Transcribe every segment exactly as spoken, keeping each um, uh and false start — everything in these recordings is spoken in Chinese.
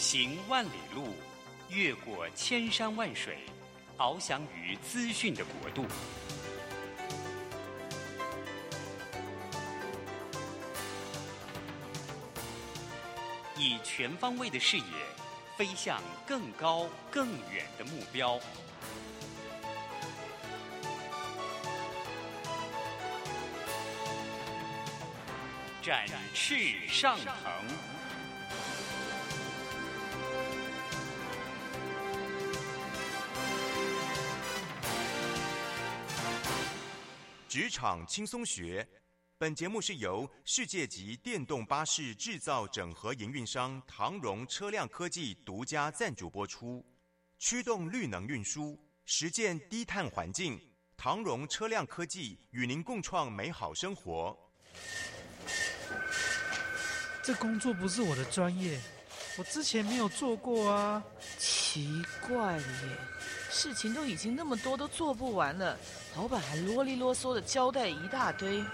行万里路，越过千山万水，翱翔于资讯的国度。以全方位的视野，飞向更高更远的目标。展翅上腾。 职场轻松学，本节目是由世界级电动巴士制造整合营运商唐荣车辆科技独家赞助播出。驱动绿能运输，实践低碳环境，唐荣车辆科技与您共创美好生活。 这工作不是我的专业，我之前没有做过啊。 奇怪了耶，事情都已经那么多，都做不完了，老板还啰里啰嗦的交代一大堆。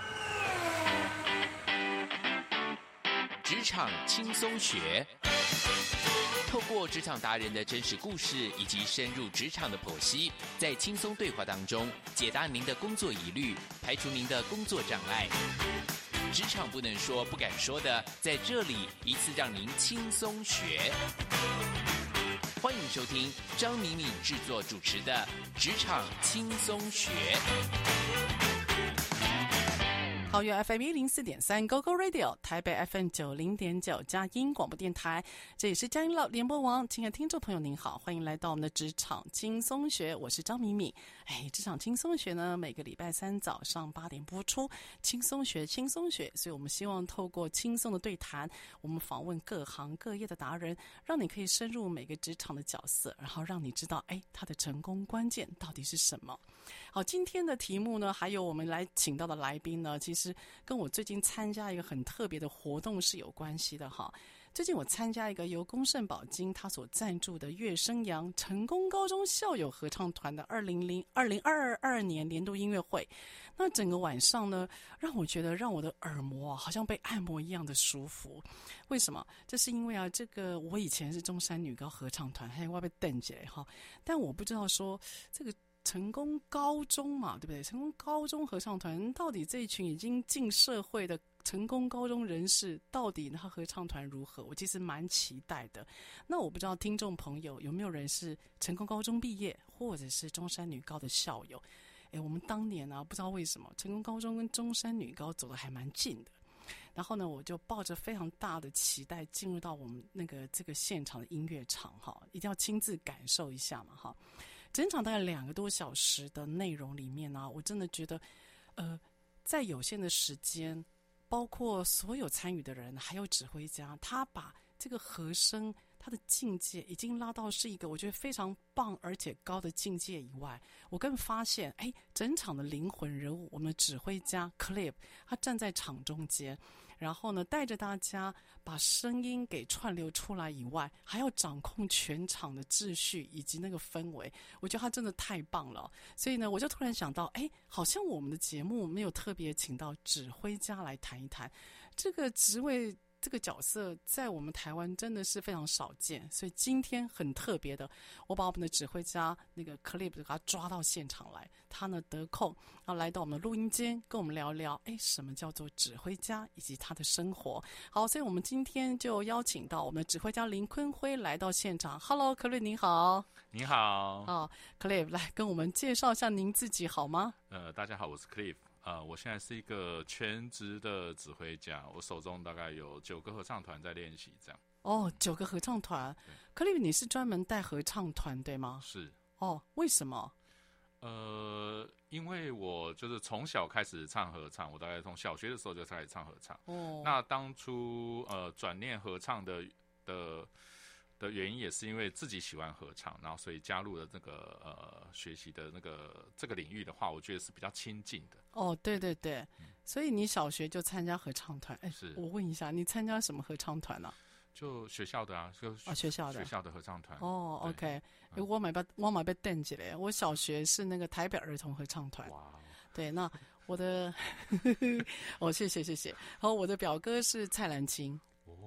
职场轻松学，透过职场达人的真实故事以及深入职场的剖析，在轻松对话当中解答您的工作疑虑，排除您的工作障碍。职场不能说不敢说的，在这里一次让您轻松学。欢迎收听张敏敏制作主持的《职场轻松学》。 桃园 F M 一零四点三 Go Go Radio， 台北 F M 九零点九佳音广播电台，这也是佳音老联播网。亲爱的听众朋友您好，欢迎来到我们的职场轻松学，我是张敏敏。哎，职场轻松学呢，每个礼拜三早上八点播出，轻松学轻松学，所以我们希望透过轻松的对谈，我们访问各行各业的达人，让你可以深入每个职场的角色，然后让你知道哎，他的成功关键到底是什么。好，今天的题目呢，还有我们来请到的来宾呢，其实其实跟我最近参加一个很特别的活动是有关系的哈。最近我参加一个由公圣宝金他所赞助的乐生阳成功高中校友合唱团的二零零二零二二年年度音乐会。那整个晚上呢，让我觉得让我的耳膜啊，好像被按摩一样的舒服。为什么？这是因为啊，这个我以前是中山女高合唱团，还有我被瞪起来哈，但我不知道说这个。成功高中嘛，对不对？成功高中合唱团到底这一群已经进社会的成功高中人士，到底他合唱团如何？我其实蛮期待的。那我不知道听众朋友有没有人是成功高中毕业，或者是中山女高的校友？诶，我们当年啊，不知道为什么成功高中跟中山女高走得还蛮近的。然后呢，我就抱着非常大的期待进入到我们那个这个现场的音乐场哈，一定要亲自感受一下嘛哈。整场大概两个多小时的内容里面呢、啊，我真的觉得，呃，在有限的时间，包括所有参与的人，还有指挥家，他把这个和声他的境界已经拉到是一个我觉得非常棒而且高的境界以外，我更发现，哎，整场的灵魂人物，我们的指挥家 Clip， 他站在场中间，然后呢，带着大家把声音给串流出来以外，还要掌控全场的秩序以及那个氛围，我觉得他真的太棒了。所以呢，我就突然想到，哎，好像我们的节目没有特别请到指挥家来谈一谈这个职位。这个角色在我们台湾真的是非常少见，所以今天很特别的，我把我们的指挥家那个 Clip 给他抓到现场来，他呢得空，然后来到我们的录音间跟我们聊聊，哎，什么叫做指挥家以及他的生活。好，所以我们今天就邀请到我们的指挥家林坤辉来到现场。Hello， Clip 你好。 你好。 哦 ，Clip 来跟我们介绍一下您自己好吗？ 呃，大家好，我是 Clip。呃，我现在是一个全职的指挥家，我手中大概有九个合唱团在练习，这样。 哦，九个合唱团。克利，你是专门带合唱团对吗？ 是。 哦，为什么？ 呃，因为我就是从小开始唱合唱，我大概从小学的时候就开始唱合唱。哦。那当初呃转念合唱的的。的原因也是因为自己喜欢合唱，然后所以加入了这个呃学习的那个这个领域的话，我觉得是比较亲近的。 哦，对对对，嗯、所以你小学就参加合唱团？哎， 是。 我问一下，你参加什么合唱团呢、啊？ 就学校的啊，就啊、哦、学校的学校的合唱团。 哦 ，OK，、嗯、我买被我买被瞪起来。我小学是那个台北儿童合唱团。哇，对，那我的哦，谢谢谢谢。然后我的表哥是蔡澜清。哦。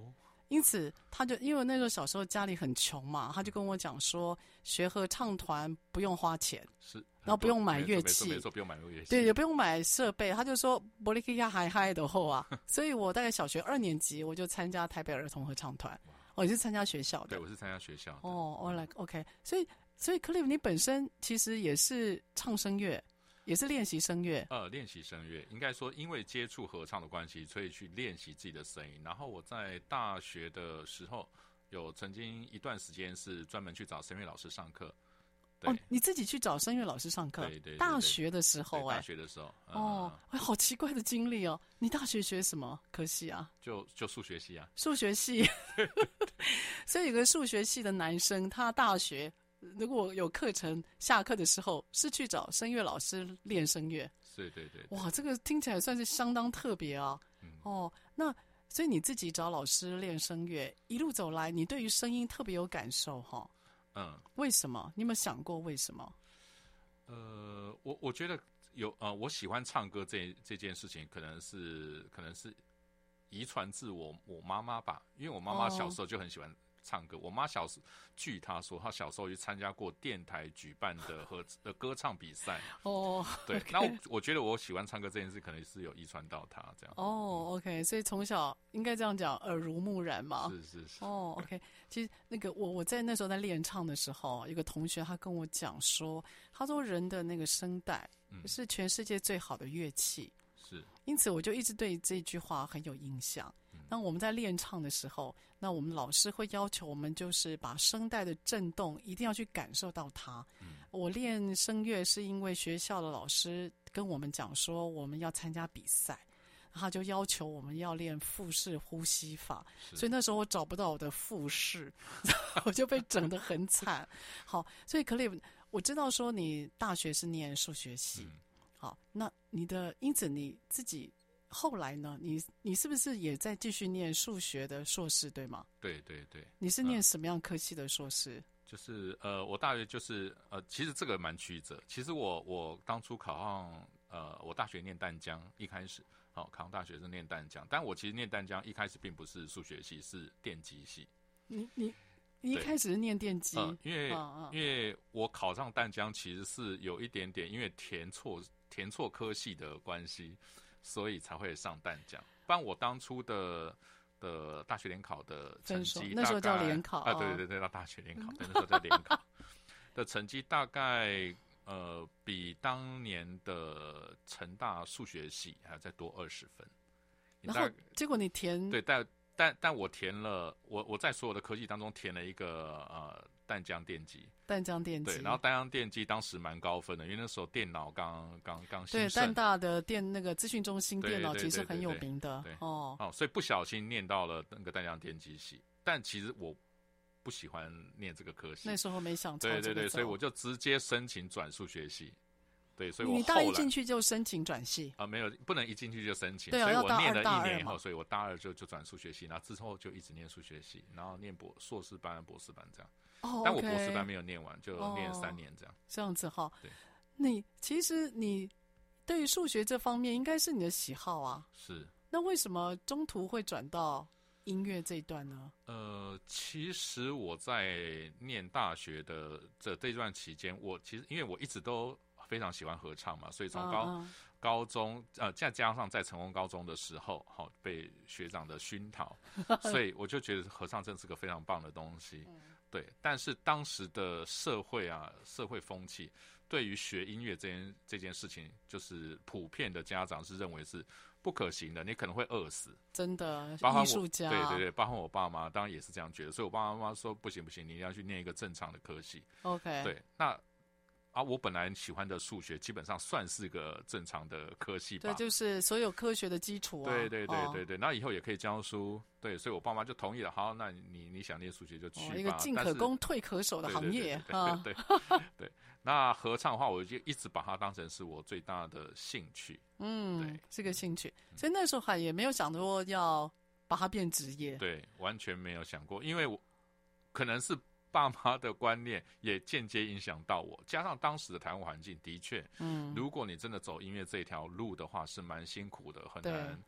因此他就因为那时候小时候家里很穷嘛，他就跟我讲说，学合唱团不用花钱， 是， 然后不用买乐器， 没错，没错，不用买乐器， 对，也不用买设备。他就说伯利克亚嗨嗨的后啊，所以我大概小学二年级我就参加台北儿童合唱团，我、哦、也是参加学校的， 对，我是参加学校的。 哦，我 like OK， 所以所以 Cliff 你本身其实也是唱声乐。也是练习声乐， 呃，练习声乐，应该说因为接触合唱的关系，所以去练习自己的声音。然后我在大学的时候，有曾经一段时间是专门去找声乐老师上课。 哦，你自己去找声乐老师上课？ 对 对, 对, 对， 大学的时候、欸，哎， 大学的时候， 嗯、哦，哎，好奇怪的经历哦。你大学学什么科系啊？ 就就数学系啊， 数学系。所以有个数学系的男生，他大学。如果有课程，下课的时候是去找声乐老师练声乐。 对对 对, 对，哇，这个听起来算是相当特别啊。嗯、哦，那所以你自己找老师练声乐，一路走来，你对于声音特别有感受哈、哦？嗯，为什么？你有没有想过为什么？ 呃，我我觉得有呃，我喜欢唱歌这这件事情，可能是可能是遗传自我我妈妈吧，因为我妈妈小时候就很喜欢唱歌。哦、我妈小时据她说，她小时候去参加过电台举办的和的歌唱比赛。哦，对， okay. 那我我觉得我喜欢唱歌这件事，可能是有遗传到她这样。 哦、嗯、，OK， 所以从小应该这样讲，耳濡目染嘛。 是是是。 哦 ，OK， 其实那个我我在那时候在练唱的时候，有个同学他跟我讲说，他说人的那个声带是全世界最好的乐器。 是。 因此我就一直对这句话很有印象。那我们在练唱的时候，那我们老师会要求我们就是把声带的震动一定要去感受到它。嗯、我练声乐是因为学校的老师跟我们讲说我们要参加比赛，他就要求我们要练腹式呼吸法，所以那时候我找不到我的腹式，我就被整得很惨。好，所以 Cliff， 我知道说你大学是念数学系，嗯、好，那你的因此你自己。后来呢？你你是不是也在继续念数学的硕士，对吗？ 对对对。 你是念什么样科系的硕士？嗯、 就是呃，我大学就是呃，其实这个蛮曲折。其实我我当初考上呃，我大学念淡江，一开始好、哦、考上大学是念淡江，但我其实念淡江一开始并不是数学系，是电机系。 你你你一开始是念电机？ 呃、因为、啊、因为我考上淡江其实是有一点点因为填错填错科系的关系。所以才会上淡江，不然我当初的的大学联考的成绩， 那时候叫联考啊，对对对，到大学联考，对，那时候叫联考的成绩大概呃比当年的成大数学系还要再多二十分。 然后结果你填对，但但但我填了，我我在所有的科技当中填了一个呃淡江电机。 淡江电机， 对，然后淡江电机当时蛮高分的，因为那时候电脑刚刚刚兴盛。 对，淡大的电那个资讯中心电脑其实很有名的。 对哦哦，所以不小心念到了那个淡江电机系，但其实我不喜欢念这个科系。 那时候没想朝对对对，所以我就直接申请转数学系。对，所以我你大一进去就申请转系啊、呃？没有，不能一进去就申请。 对啊， 所以我念了一年以后， 所以我大二就就转数学系，然后之后就一直念数学系，然后念博硕士班、博士班这样。 哦， 但我博士班没有念完，就念三年这样。 哦、这样子哈。 对， 你其实你对于数学这方面应该是你的喜好啊。 是。 那为什么中途会转到音乐这一段呢？ 呃，其实我在念大学的这这段期间，我其实因为我一直都非常喜欢合唱嘛，所以从高、嗯、高中呃，再加上在成功高中的时候，好、哦、被学长的熏陶，所以我就觉得合唱真是个非常棒的东西。嗯、对，但是当时的社会啊，社会风气对于学音乐这件这件事情，就是普遍的家长是认为是不可行的，你可能会饿死。 真的， 艺术家， 对对对，包括我爸妈当然也是这样觉得，所以我爸爸妈妈说不行不行，你一定要去念一个正常的科系。 OK， 对，那。啊，我本来喜欢的数学基本上算是个正常的科系吧， 对，就是所有科学的基础啊。 对对对对对，那、哦、以后也可以教书，对，所以我爸妈就同意了。好，那你你想念数学就去吧。 哦、一个进可攻退可守的行业啊。对对 对, 对, 对, 对，那合唱的话，我就一直把它当成是我最大的兴趣。 嗯，对，是个兴趣，所以那时候还也没有想过要把它变职业。 对，完全没有想过，因为我可能是。爸妈的观念也间接影响到我，加上当时的台湾环境的确，嗯，如果你真的走音乐这条路的话，是蛮辛苦的，很难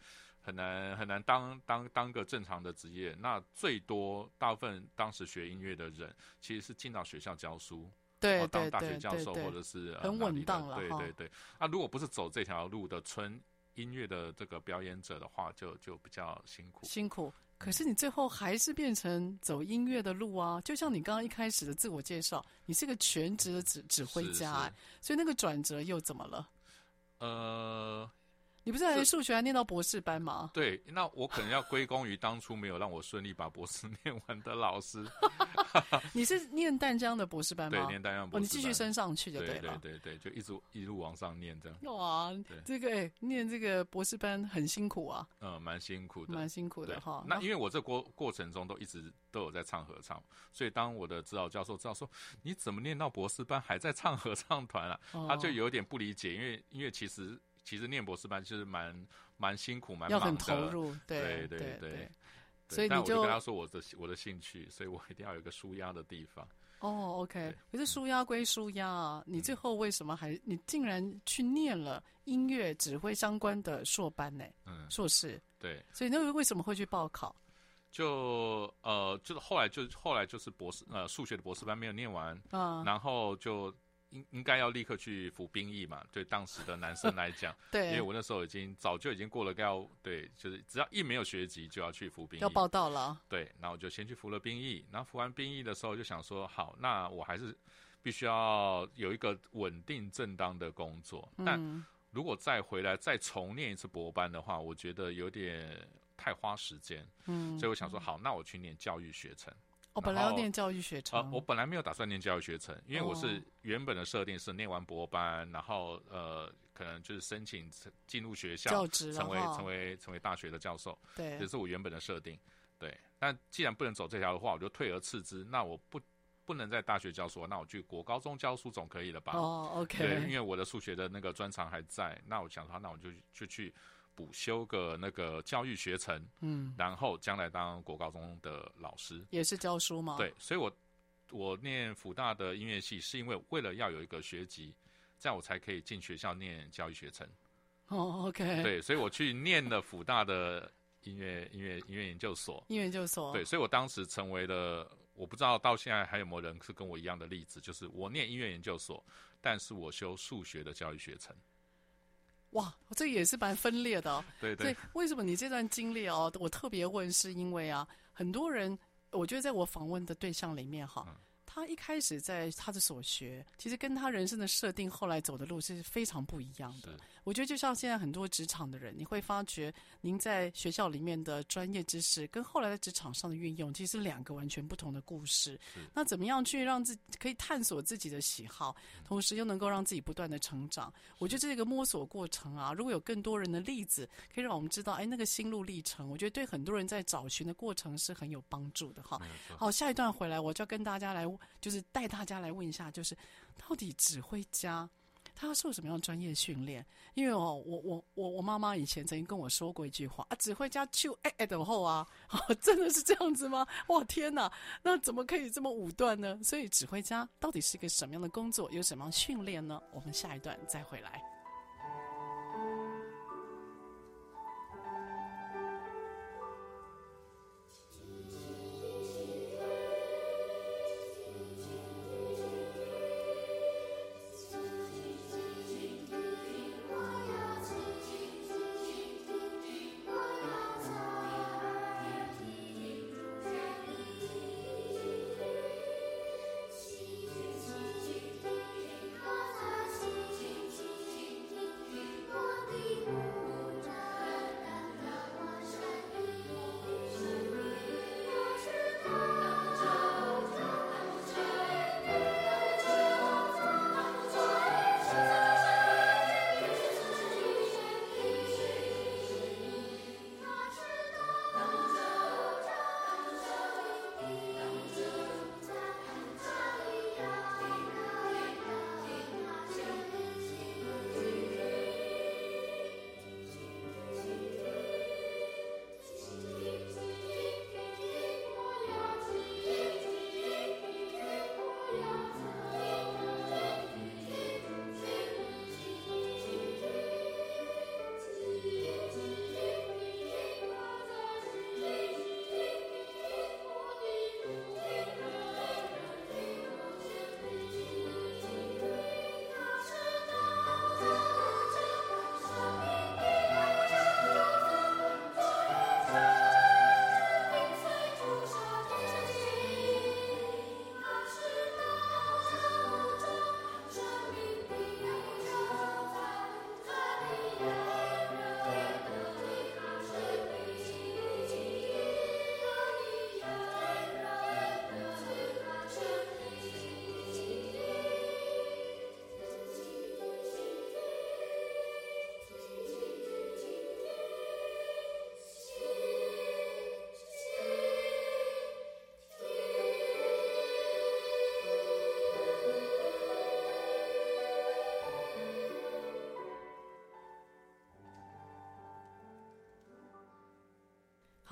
很难很难当当当个正常的职业。那最多大部分当时学音乐的人，其实是进到学校教书。 对哦、当大对学教授对对或者是、呃、 很稳当了。 对对对。那、啊、如果不是走这条路的纯音乐的这个表演者的话，就就比较辛苦。 辛苦。可是你最后还是变成走音乐的路啊！就像你刚刚一开始的自我介绍，你是个全职的指指挥家、欸，所以那个转折又怎么了？呃。你不是还数学还念到博士班吗？ 对，那我可能要归功于当初没有让我顺利把博士念完的老师。 你是念淡江的博士班吗？ 对，念淡江博士班。哦， 你继续升上去就对了。 对对对对，就一直一路往上念这样。 哇，这个、欸、念这个博士班很辛苦啊。 嗯，蛮辛苦的， 蛮辛苦的哈。 那因为我这过过程中都一直都有在唱合唱，所以当我的指导教授知道说你怎么念到博士班还在唱合唱团啊，哦、他就有点不理解，因为因为其实。其实念博士班就是蛮蛮辛苦，蛮忙的， 要很投入， 对对对对对, 对。 所以你就但我就跟他说我的我的兴趣，所以我一定要有一个抒压的地方。 哦 ，OK， 可是抒压归抒压啊，你最后为什么还你竟然去念了音乐指挥相关的硕班呢？嗯，硕士。对，所以那为什么会去报考？ 就呃，就是后来就后来就是博士呃数学的博士班没有念完，嗯，然后就。应应该要立刻去服兵役嘛？对当时的男生来讲， 对， 因为我那时候已经早就已经过了要对，就是只要一没有学籍就要去服兵役， 要报到了。 对，然后我就先去服了兵役，然后服完兵役的时候就想说，好，那我还是必须要有一个稳定正当的工作。嗯、但如果再回来再重念一次博班的话，我觉得有点太花时间。嗯，所以我想说，好，那我去念教育学程。 我、哦、本来要念教育学程、 呃，我本来没有打算念教育学程，因为我是原本的设定是念完博班，然后呃，可能就是申请进入学校， 教职， 成为成为成为大学的教授， 对， 这是我原本的设定。对，但既然不能走这条的话，我就退而次之，那我不不能在大学教书，那我去国高中教书总可以了吧？ 哦 ，OK， 对，因为我的数学的那个专长还在，那我想说，那我就就去。补修个那个教育学程，嗯，然后将来当国高中的老师， 也是教书吗？ 对，所以我我念辅大的音乐系，是因为为了要有一个学籍，这样我才可以进学校念教育学程。 哦 ，OK， 对，所以我去念了辅大的音乐音乐音乐研究所， 音乐研究所， 对，所以我当时成为了，我不知道到现在还有没有人是跟我一样的例子，就是我念音乐研究所，但是我修数学的教育学程。 哇，这也是蛮分裂的哦。 对对。 所以为什么你这段经历哦，我特别问，是因为啊，很多人，我觉得在我访问的对象里面哈，嗯、他一开始在他的所学，其实跟他人生的设定后来走的路是非常不一样的。我觉得就像现在很多职场的人，你会发觉您在学校里面的专业知识跟后来在职场上的运用，其实是两个完全不同的故事。那怎么样去让自己可以探索自己的喜好，同时又能够让自己不断的成长？我觉得这个摸索过程啊，如果有更多人的例子，可以让我们知道，哎，那个心路历程，我觉得对很多人在找寻的过程是很有帮助的哈。好，下一段回来我就要跟大家来，就是带大家来问一下，就是到底指挥家他要受什么样的专业训练？因为哦，我我我我妈妈以前曾经跟我说过一句话啊，指挥家就哎哎的后啊，哦，真的是这样子吗？哇天哪，那怎么可以这么武断呢？所以指挥家到底是一个什么样的工作，有什么样的训练呢？我们下一段再回来。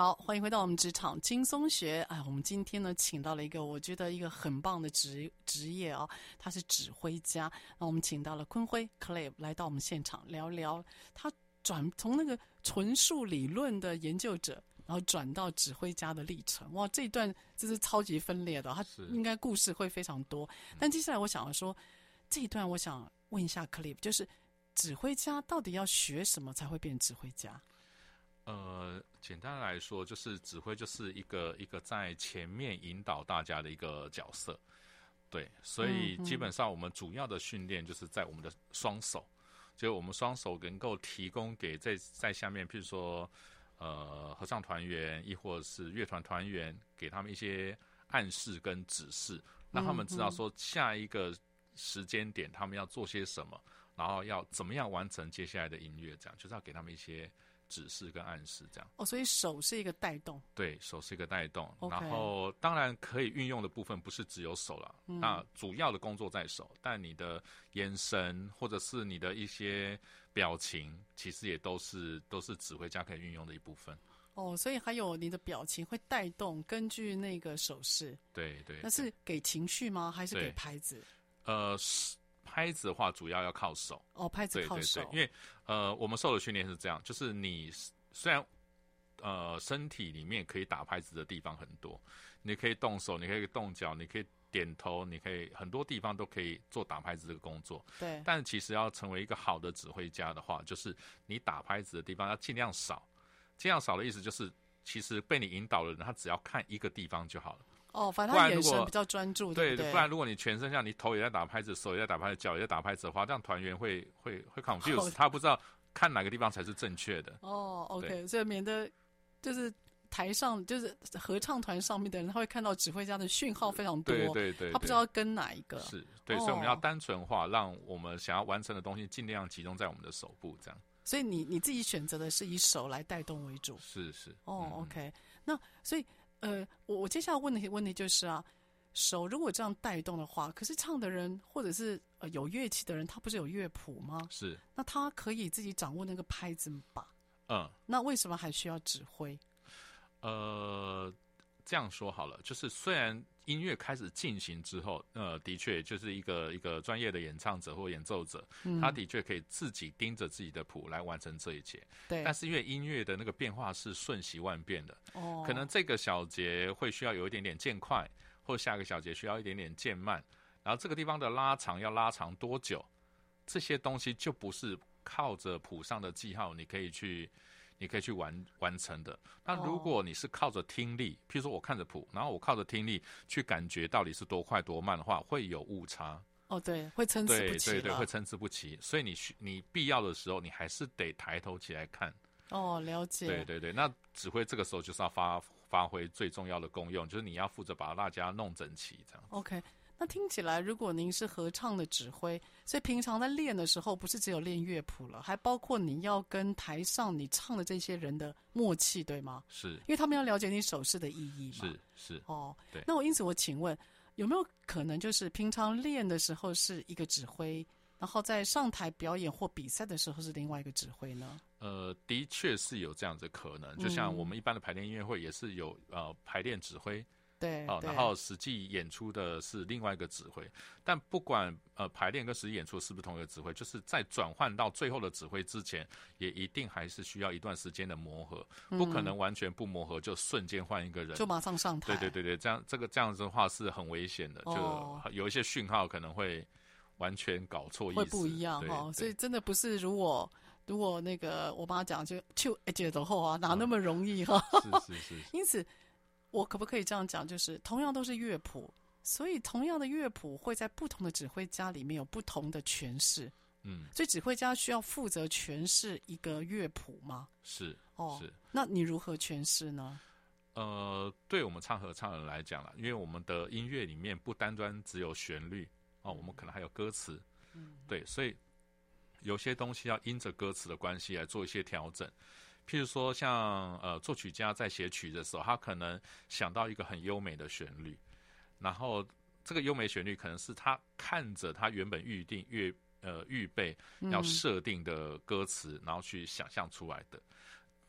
好，欢迎回到我们职场轻松学。哎，我们今天呢，请到了一个我觉得一个很棒的职职业啊，他是指挥家。那我们请到了坤辉 Clive 来到我们现场聊聊他转从那个纯数理论的研究者，然后转到指挥家的历程。哇，这一段真是超级分裂的，他应该故事会非常多。但接下来我想要说，这一段我想问一下 Clive， 就是指挥家到底要学什么才会变指挥家？ 呃，简单来说，就是指挥就是一个一个在前面引导大家的一个角色，对，所以基本上我们主要的训练就是在我们的双手，就是我们双手能够提供给在在下面，譬如说呃合唱团员，亦或是乐团团员，给他们一些暗示跟指示，让他们知道说下一个时间点他们要做些什么，然后要怎么样完成接下来的音乐，这样就是要给他们一些指示跟暗示，这样。 哦，所以手是一个带动。 对，手是一个带动。 Okay. 然后当然可以运用的部分不是只有手了，嗯、那主要的工作在手，但你的眼神或者是你的一些表情，其实也都是都是指挥家可以运用的一部分。 哦，所以还有你的表情会带动，根据那个手势。 对对。 那是给情绪吗？还是给拍子？ 呃。拍子的话，主要要靠手。 哦，拍子靠手。 对对对，因为呃，我们受的训练是这样，就是你虽然呃身体里面可以打拍子的地方很多，你可以动手，你可以动脚，你可以点头，你可以很多地方都可以做打拍子这个工作。 对。 但其实要成为一个好的指挥家的话，就是你打拍子的地方要尽量少。尽量少的意思就是，其实被你引导的人，他只要看一个地方就好了。 哦，反正他眼神比较专注， 对不对？ 不然如果你全身像你头也在打拍子，手也在打拍子，脚也在打拍子的话，这样团员会会会 confuse，、哦、他不知道看哪个地方才是正确的。 哦 ，OK， 所以免得就是台上就是合唱团上面的人，他会看到指挥家的讯号非常多， 对对 对, 对， 他不知道跟哪一个。 是，对，哦、所以我们要单纯化，让我们想要完成的东西尽量集中在我们的手部，这样。 所以你你自己选择的是以手来带动为主。 是是。 哦、嗯、，OK， 那所以呃，我我接下来问的问题就是啊。手如果这样带动的话，可是唱的人或者是呃有乐器的人，他不是有乐谱吗？ 是， 那他可以自己掌握那个拍子吧？ 嗯， 那为什么还需要指挥？ 呃，这样说好了，就是虽然音乐开始进行之后，呃，的确就是一个一个专业的演唱者或演奏者，嗯、他的确可以自己盯着自己的谱来完成这一切。 对， 但是因为音乐的那个变化是瞬息万变的， 哦， 可能这个小节会需要有一点点渐快。或下个小节需要一点点渐慢，然后这个地方的拉长要拉长多久，这些东西就不是靠着谱上的记号你可以去你可以去完完成的。那如果你是靠着听力，譬如说我看着谱，然后我靠着听力去感觉到底是多快多慢的话，会有误差。 哦，对，会参差不齐。 对对对，会参差不齐。所以你你必要的时候，你还是得抬头起来看。 哦，了解。 对对对，那指挥这个时候就是要发发挥最重要的功用，就是你要负责把大家弄整齐，这样。 OK， 那听起来，如果您是合唱的指挥，所以平常在练的时候，不是只有练乐谱了，还包括你要跟台上你唱的这些人的默契，对吗？ 是， 因为他们要了解你手势的意义嘛。 是是。 哦， 对。 那我因此我请问，有没有可能就是平常练的时候是一个指挥，然后在上台表演或比赛的时候是另外一个指挥呢？ 呃，的确是有这样子可能，就像我们一般的排练音乐会也是有呃排练指挥， 对， 哦、呃，然后实际演出的是另外一个指挥。但不管呃排练跟实际演出是不是同一个指挥，就是在转换到最后的指挥之前，也一定还是需要一段时间的磨合，不可能完全不磨合就瞬间换一个人， 就马上上台。 对对对对，这样这个这样子的话是很危险的， 哦、 就有一些讯号可能会完全搞错意思， 会不一样哈、哦。所以真的不是如果。如果那个我妈讲就就一节的后啊，哪那么容易哈、 嗯？是是 是, 是。 因此，我可不可以这样讲？就是同样都是乐谱，所以同样的乐谱会在不同的指挥家里面有不同的诠释。 嗯， 所以指挥家需要负责诠释一个乐谱吗？ 是哦， 是。 那你如何诠释呢？ 呃，对我们唱合唱人来讲啦，因为我们的音乐里面不单单只有旋律哦，我们可能还有歌词。嗯，对，所以。有些东西要因着歌词的关系来做一些调整，譬如说像呃作曲家在写曲的时候，他可能想到一个很优美的旋律，然后这个优美旋律可能是他看着他原本预定预呃预备要设定的歌词，嗯、然后去想象出来的。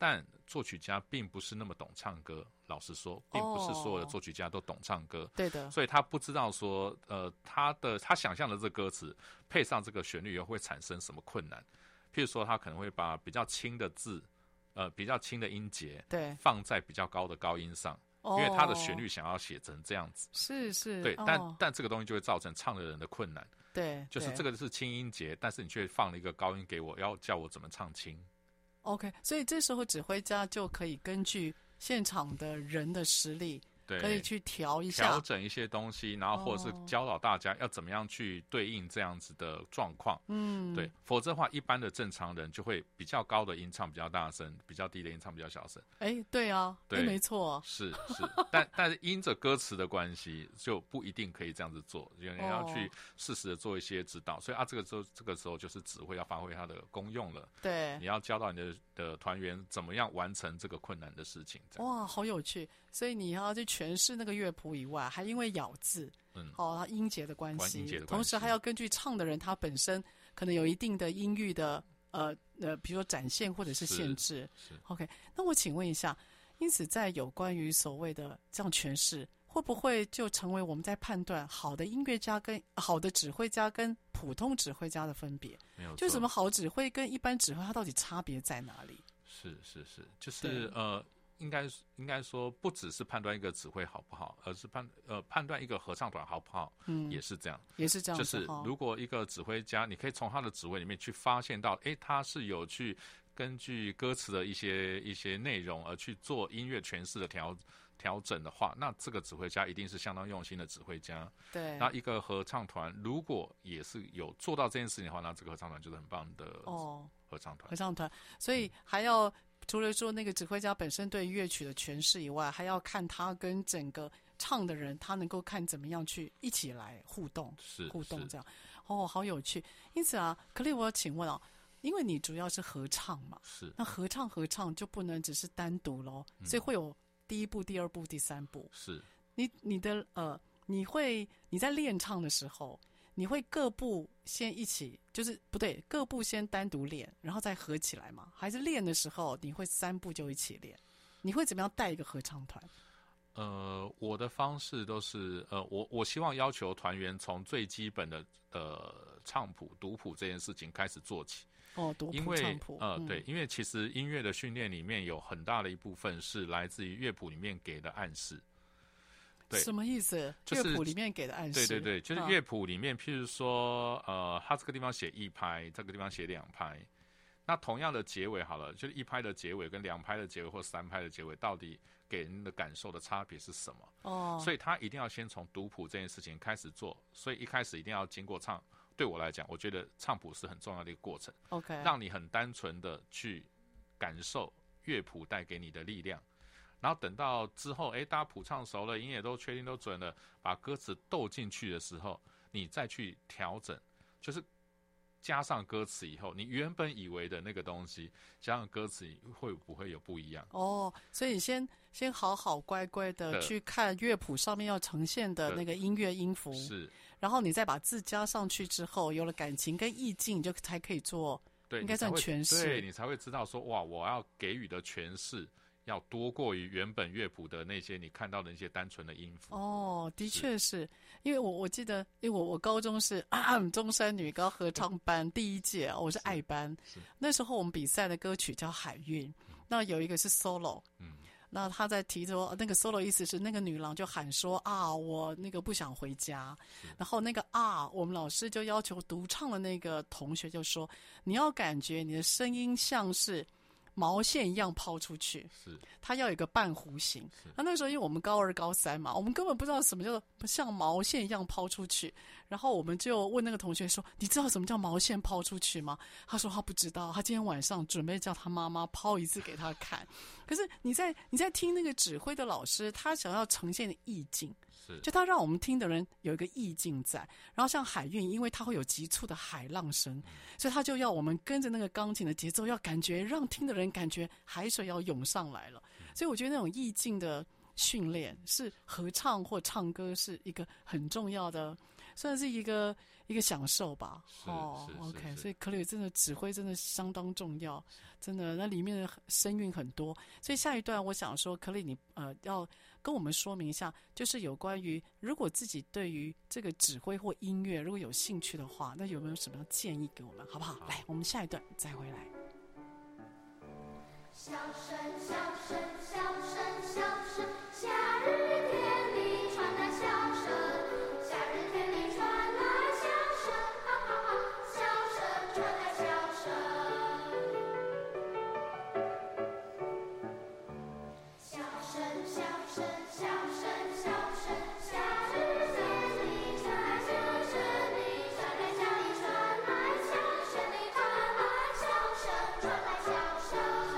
但作曲家并不是那么懂唱歌，老实说，并不是所有的作曲家都懂唱歌。 对的， 所以他不知道说，呃，他的他想象的这个歌词配上这个旋律以后会产生什么困难。譬如说，他可能会把比较轻的字，呃，比较轻的音节， 对， 放在比较高的高音上。因为他的旋律想要写成这样子， 是是， 对， 哦、 但但这个东西就会造成唱的人的困难， 对， 就是这个是轻音节，但是你却放了一个高音给我，要叫我怎么唱轻 ？OK， 所以这时候指挥家就可以根据现场的人的实力， 对， 可以去调一下， 调整一些东西，然后或者是教导大家要怎么样去对应这样子的状况，嗯，对，否则的话，一般的正常人就会比较高的音唱比较大声，比较低的音唱比较小声。 哎，对啊，对，没错， 是是，但但是因着歌词的关系，就不一定可以这样子做，因为你要去适时的做一些指导，所以啊，这个时候这个时候就是指挥要发挥它的功用了， 对， 你要教导你的的团员怎么样完成这个困难的事情。 哇，好有趣！所以你要去诠释那个乐谱以外，还因为咬字，嗯，哦，它音节的关系， 音节的关系， 同时还要根据唱的人他本身可能有一定的音域的呃呃，比如说展现或者是限制。 是, 是 OK， 那我请问一下，因此在有关于所谓的这样诠释，会不会就成为我们在判断好的音乐家跟好的指挥家跟普通指挥家的分别？ 没有， 就什么好指挥跟一般指挥，它到底差别在哪里？ 是是是，就是呃。应该应该说，不只是判断一个指挥好不好，而是判呃判断一个合唱团好不好，嗯，也是这样， 也是这样。 就是如果一个指挥家，你可以从他的指挥里面去发现到，哎，他是有去根据歌词的一些一些内容而去做音乐诠释的调调整的话，那这个指挥家一定是相当用心的指挥家。 对。 那一个合唱团如果也是有做到这件事情的话，那这个合唱团就是很棒的哦合唱团。 合唱团，所以还要。嗯除了说那个指挥家本身对乐曲的诠释以外，还要看他跟整个唱的人，他能够看怎么样去一起来互动， 是互动这样。哦，好有趣。因此啊，可丽，我请问啊，因为你主要是合唱嘛， 是那合唱合唱就不能只是单独咯，嗯、所以会有第一部、第二部、第三部。 是你你的呃，你会你在练唱的时候。你会各部先一起，就是不对，各部先单独练，然后再合起来吗？还是练的时候你会三部就一起练？你会怎么样带一个合唱团？ 呃，我的方式都是呃，我我希望要求团员从最基本的呃唱谱、读谱这件事情开始做起。 哦，读谱、唱谱， 呃， 嗯、 对，因为其实音乐的训练里面有很大的一部分是来自于乐谱里面给的暗示。 什么意思？ 就是乐谱里面给的暗示。 对对对，就是乐谱里面，譬如说，呃，他这个地方写一拍，这个地方写两拍。那同样的结尾好了，就是一拍的结尾跟两拍的结尾或三拍的结尾，到底给人的感受的差别是什么？哦，所以他一定要先从读谱这件事情开始做。所以一开始一定要经过唱。对我来讲，我觉得唱谱是很重要的一个过程。 OK， 让你很单纯的去感受乐谱带给你的力量。然后等到之后，哎，大家谱唱熟了，音也都确定都准了，把歌词斗进去的时候，你再去调整，就是加上歌词以后，你原本以为的那个东西，加上歌词会不会有不一样？ 哦，所以先先好好乖乖的去看乐谱上面要呈现的那个音乐音符， 是， 然后你再把字加上去之后，有了感情跟意境，你就才可以做， 对， 应该算诠释， 对，你才会知道说，哇，我要给予的诠释。要多过于原本乐谱的那些你看到的那些单纯的音符。 哦，的确是，因为我我记得，因为我我高中是啊中山女高合唱班第一届，我是爱班，那时候我们比赛的歌曲叫《海韵》，那有一个是 solo， 嗯，那他在提说那个 solo 意思是那个女郎就喊说啊，我那个不想回家，然后那个啊，我们老师就要求独唱的那个同学就说，你要感觉你的声音像是。毛线一样抛出去， 是它要有一个半弧形。那那时候因为我们高二高三嘛，我们根本不知道什么叫做像毛线一样抛出去。然后我们就问那个同学说：“你知道什么叫毛线抛出去吗？”他说他不知道，他今天晚上准备叫他妈妈抛一次给他看。可是你在你在听那个指挥的老师，他想要呈现的意境。就他让我们听的人有一个意境在，然后像海韵，因为它会有急促的海浪声，所以他就要我们跟着那个钢琴的节奏，要感觉让听的人感觉海水要涌上来了。所以我觉得那种意境的训练，是合唱或唱歌是一个很重要的，算是一个一个享受吧。 是哦是是 ，OK， 是所以克里真的指挥真的相当重要，真的那里面的声韵很多。所以下一段我想说，克里你呃要跟我们说明一下，就是有关于如果自己对于这个指挥或音乐如果有兴趣的话，那有没有什么建议给我们，好不好？好，来，我们下一段再回来。 笑声，笑声，笑声，笑声，夏日天里传来笑声，夏日天里传来笑声，哈哈哈，笑声传来笑声，笑声，笑声，笑声，笑声，夏日天里传来笑声，夏日天里传来笑声，传来笑声，传来笑声。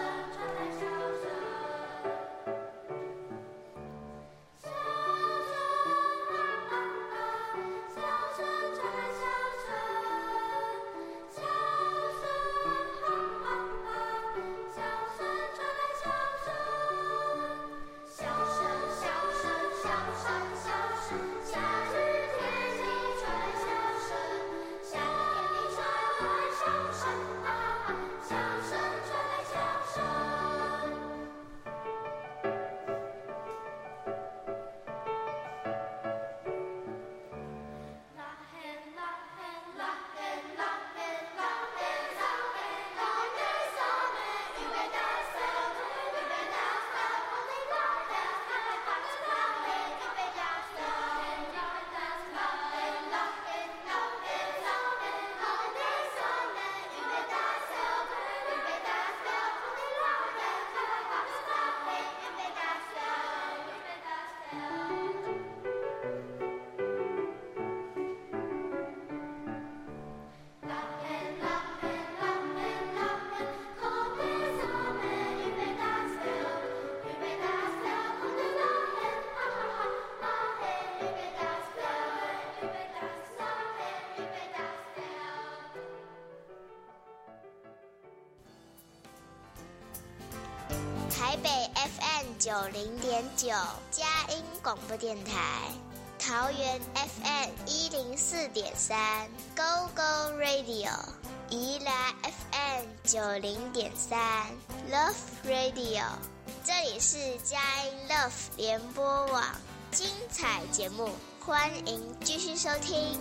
台北 F M 九零点九佳音广播电台，桃园 F M 一零四点三 Go Go Radio， 宜兰 F M 九零点三 Love Radio， 这里是佳音 Love 联播网，精彩节目，欢迎继续收听。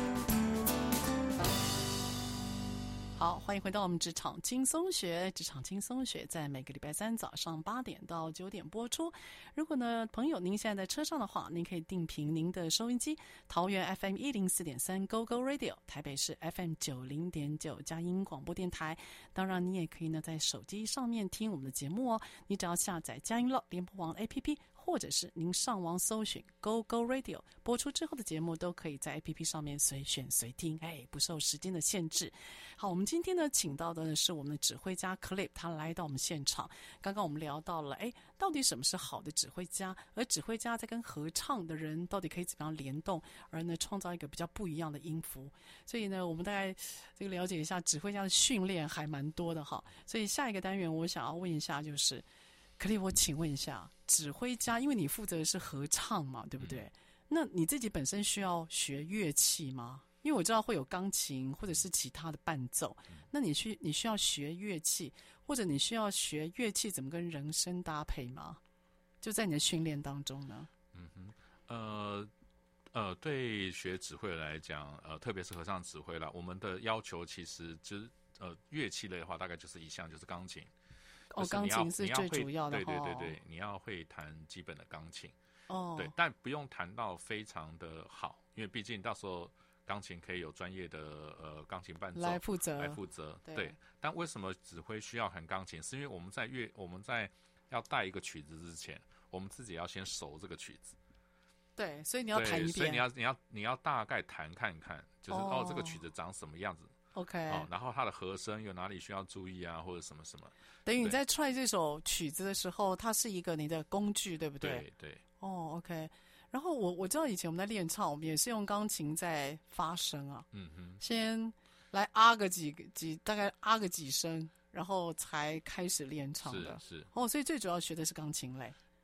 好，欢迎回到我们职场轻松学。职场轻松学在每个礼拜三早上八点到九点播出。如果呢，朋友您现在在车上的话，您可以定频您的收音机，桃园 F M 一零四点三 Go Go Radio， 台北市 F M 九零点九佳音广播电台。当然，你也可以呢在手机上面听我们的节目哦。你只要下载佳音乐联播网 A P P。或者是您上网搜寻 Go Go Radio， 播出之后的节目都可以在 A P P 上面随选随听，哎，不受时间的限制。好，我们今天呢请到的是我们的指挥家 Clip， 他来到我们现场。刚刚我们聊到了，哎，到底什么是好的指挥家？而指挥家在跟合唱的人到底可以怎么样联动，而呢创造一个比较不一样的音符。所以呢，我们大概这个了解一下指挥家的训练还蛮多的哈。所以下一个单元我想要问一下，就是可以我请问一下，指挥家，因为你负责的是合唱嘛，对不对？嗯、那你自己本身需要学乐器吗？因为我知道会有钢琴或者是其他的伴奏，嗯、那你需你需要学乐器，或者你需要学乐器怎么跟人声搭配吗？就在你的训练当中呢？ 嗯哼，呃呃，对学指挥来讲，呃，特别是合唱指挥啦，我们的要求其实就是呃乐器类的话，大概就是一项就是钢琴。 哦，钢琴是最主要的， 对对对对，你要会弹基本的钢琴， 哦， 对，但不用弹到非常的好，因为毕竟到时候钢琴可以有专业的呃钢琴伴奏来负责来负责， 对。 对，但为什么指挥需要弹钢琴？是因为我们在乐我们在要带一个曲子之前，我们自己要先熟这个曲子， 对，所以你要弹一遍， 所以你要你要你要大概弹看看，就是哦, 哦这个曲子长什么样子。 OK， 哦，然后它的和声有哪里需要注意啊，或者什么什么。 等于你在try这首曲子的时候，它是一个你的工具，对不对？ 对对。 哦 ，OK。然后我我知道以前我们在练唱，我们也是用钢琴在发声啊。 嗯哼。 先来啊个几几，大概啊个几声，然后才开始练唱的。 是是。 哦，所以最主要学的是钢琴类。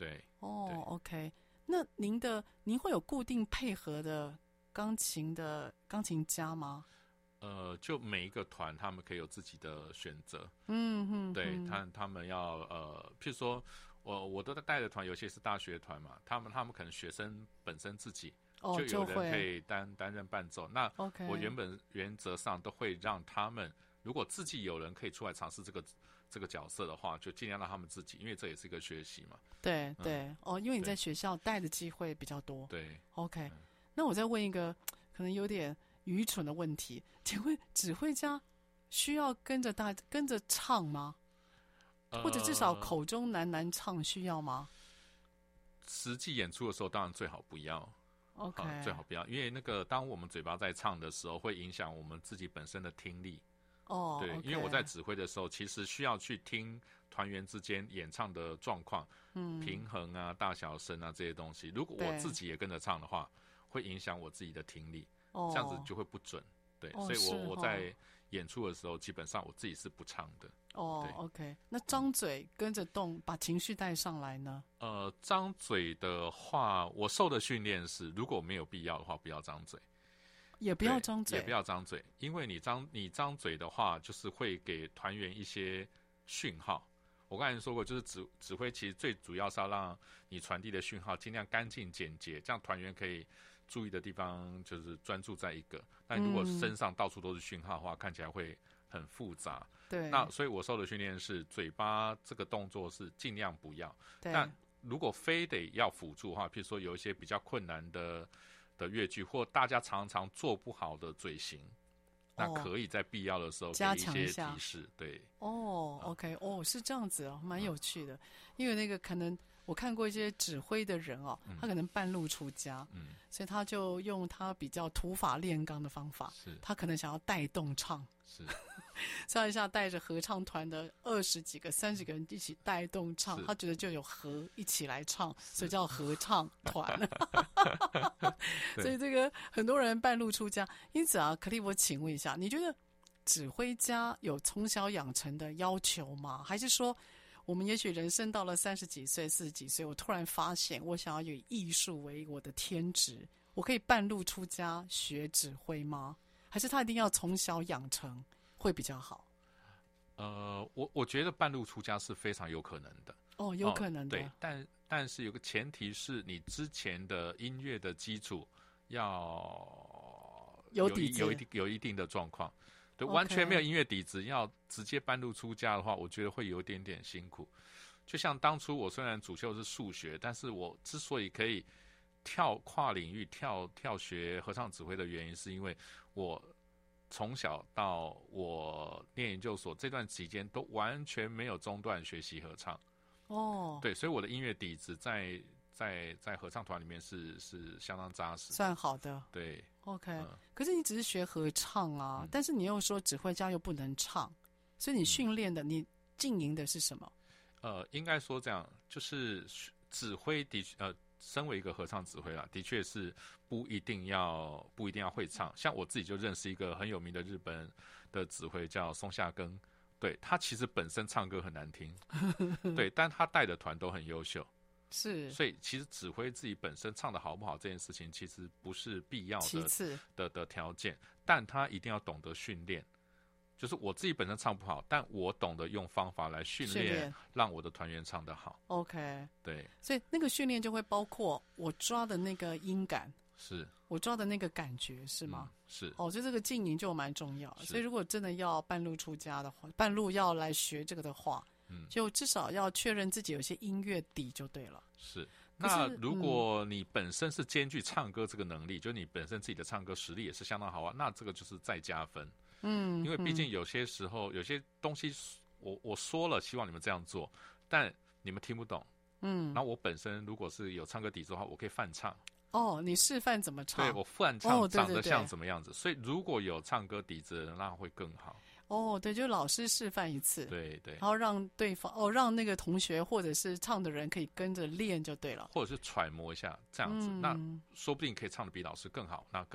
对。 哦对 ，OK。那您的您会有固定配合的钢琴的钢琴家吗？ 呃，就每一个团他们可以有自己的选择。 嗯嗯， 对嗯他他们要呃，譬如说我我都带的团，有些是大学团嘛，他们他们可能学生本身自己。 哦， 就有就人可以担担任伴奏。那 OK 我原本原则上都会让他们，如果自己有人可以出来尝试这个这个角色的话，就尽量让他们自己，因为这也是一个学习嘛。 对对、 嗯、 哦，因为你在对学校带的机会比较多。 对 ，OK、 嗯。 那我再问一个可能有点愚蠢的问题，请问指挥家需要跟着大跟着唱吗？或者至少口中喃喃唱需要吗？ 实际演出的时候，当然最好不要。 OK，、 呃、最好不要，因为那个当我们嘴巴在唱的时候，会影响我们自己本身的听力。 哦， 对， okay 因为我在指挥的时候，其实需要去听团员之间演唱的状况， 嗯， 平衡啊、大小声啊这些东西。如果我自己也跟着唱的话，会影响我自己的听力， 哦、 这样子就会不准。对， 哦、 所以我、 哦、 我在演出的时候，基本上我自己是不唱的。 哦 ，OK， 那张嘴跟着动，把情绪带上来呢？ 呃，张嘴的话，我受的训练是，如果没有必要的话，不要张嘴， 也不要张嘴， 也不要张嘴，因为你张你张嘴的话，就是会给团员一些讯号。我刚才说过，就是指指挥其实最主要是要让你传递的讯号尽量干净简洁，这样团员可以注意的地方就是专注在一个。但如果身上到处都是讯号的话，嗯、看起来会很复杂。 对， 那所以我受的训练是嘴巴这个动作是尽量不要。但如果非得要辅助的话，譬如说有一些比较困难的的乐句，或大家常常做不好的嘴型，那可以在必要的时候给一些提示。对， 哦、嗯、，OK， 哦，是这样子哦，蛮有趣的。嗯、因为那个可能我看过一些指挥的人哦，嗯、他可能半路出家，嗯，所以他就用他比较土法炼钢的方法， 是他可能想要带动唱， 是。 像一下带着合唱团的二十几个、三十个人一起带动唱，他觉得就有合一起来唱，所以叫合唱团。所以这个很多人半路出家，因此啊，可丽，我请问一下，你觉得指挥家有从小养成的要求吗？还是说，我们也许人生到了三十几岁、四十几岁，我突然发现我想要以艺术为我的天职，我可以半路出家学指挥吗？还是他一定要从小养成？会比较好。 呃，我我觉得半路出家是非常有可能的。 哦，有可能的。 哦、对，但但是有个前提是你之前的音乐的基础要有底子， 有一定有一定的状况。对， okay. 完全没有音乐底子，要直接半路出家的话，我觉得会有一点点辛苦。就像当初我虽然主修是数学，但是我之所以可以跳跨领域跳跳学合唱指挥的原因，是因为我从小到我念研究所这段期间都完全没有中断学习合唱。 哦， 对，所以我的音乐底子在在在合唱团里面是是相当扎实， 算好的。 对 ，OK、 嗯。 可是你只是学合唱啊，嗯、但是你又说指挥家又不能唱，所以你训练的、嗯、你经营的是什么？ 呃，应该说这样，就是指挥的呃。身为一个合唱指挥啦，的确是不一定要不一定要会唱。像我自己就认识一个很有名的日本的指挥叫松下耕，对，他其实本身唱歌很难听，对，但他带的团都很优秀， 是。 所以其实指挥自己本身唱的好不好这件事情，其实不是必要的其次的的条件，但他一定要懂得训练。就是我自己本身唱不好，但我懂得用方法来训练，让我的团员唱得好。 OK， 对， 所以那个训练就会包括我抓的那个音感， 是我抓的那个感觉，是吗？ 嗯、是。 哦，所以这个经营就蛮重要。所以如果真的要半路出家的话，半路要来学这个的话，嗯，就至少要确认自己有些音乐底就对了。 是。那如果你本身是兼具唱歌这个能力，嗯、就你本身自己的唱歌实力也是相当好啊，那这个就是再加分。 嗯， 因为毕竟有些时候、嗯、有些东西我我说了希望你们这样做，但你们听不懂。 嗯， 那我本身如果是有唱歌底子的话，我可以泛唱。 哦，你示范怎么唱？ 对，我泛唱长得像怎么样子、哦、对对对，所以如果有唱歌底子的人，那会更好。 哦，对，就老师示范一次， 对对， 然后让对方哦，让那个同学或者是唱的人可以跟着练就对了， 或者是揣摩一下这样子、嗯，那说不定可以唱得比老师更好，那更好。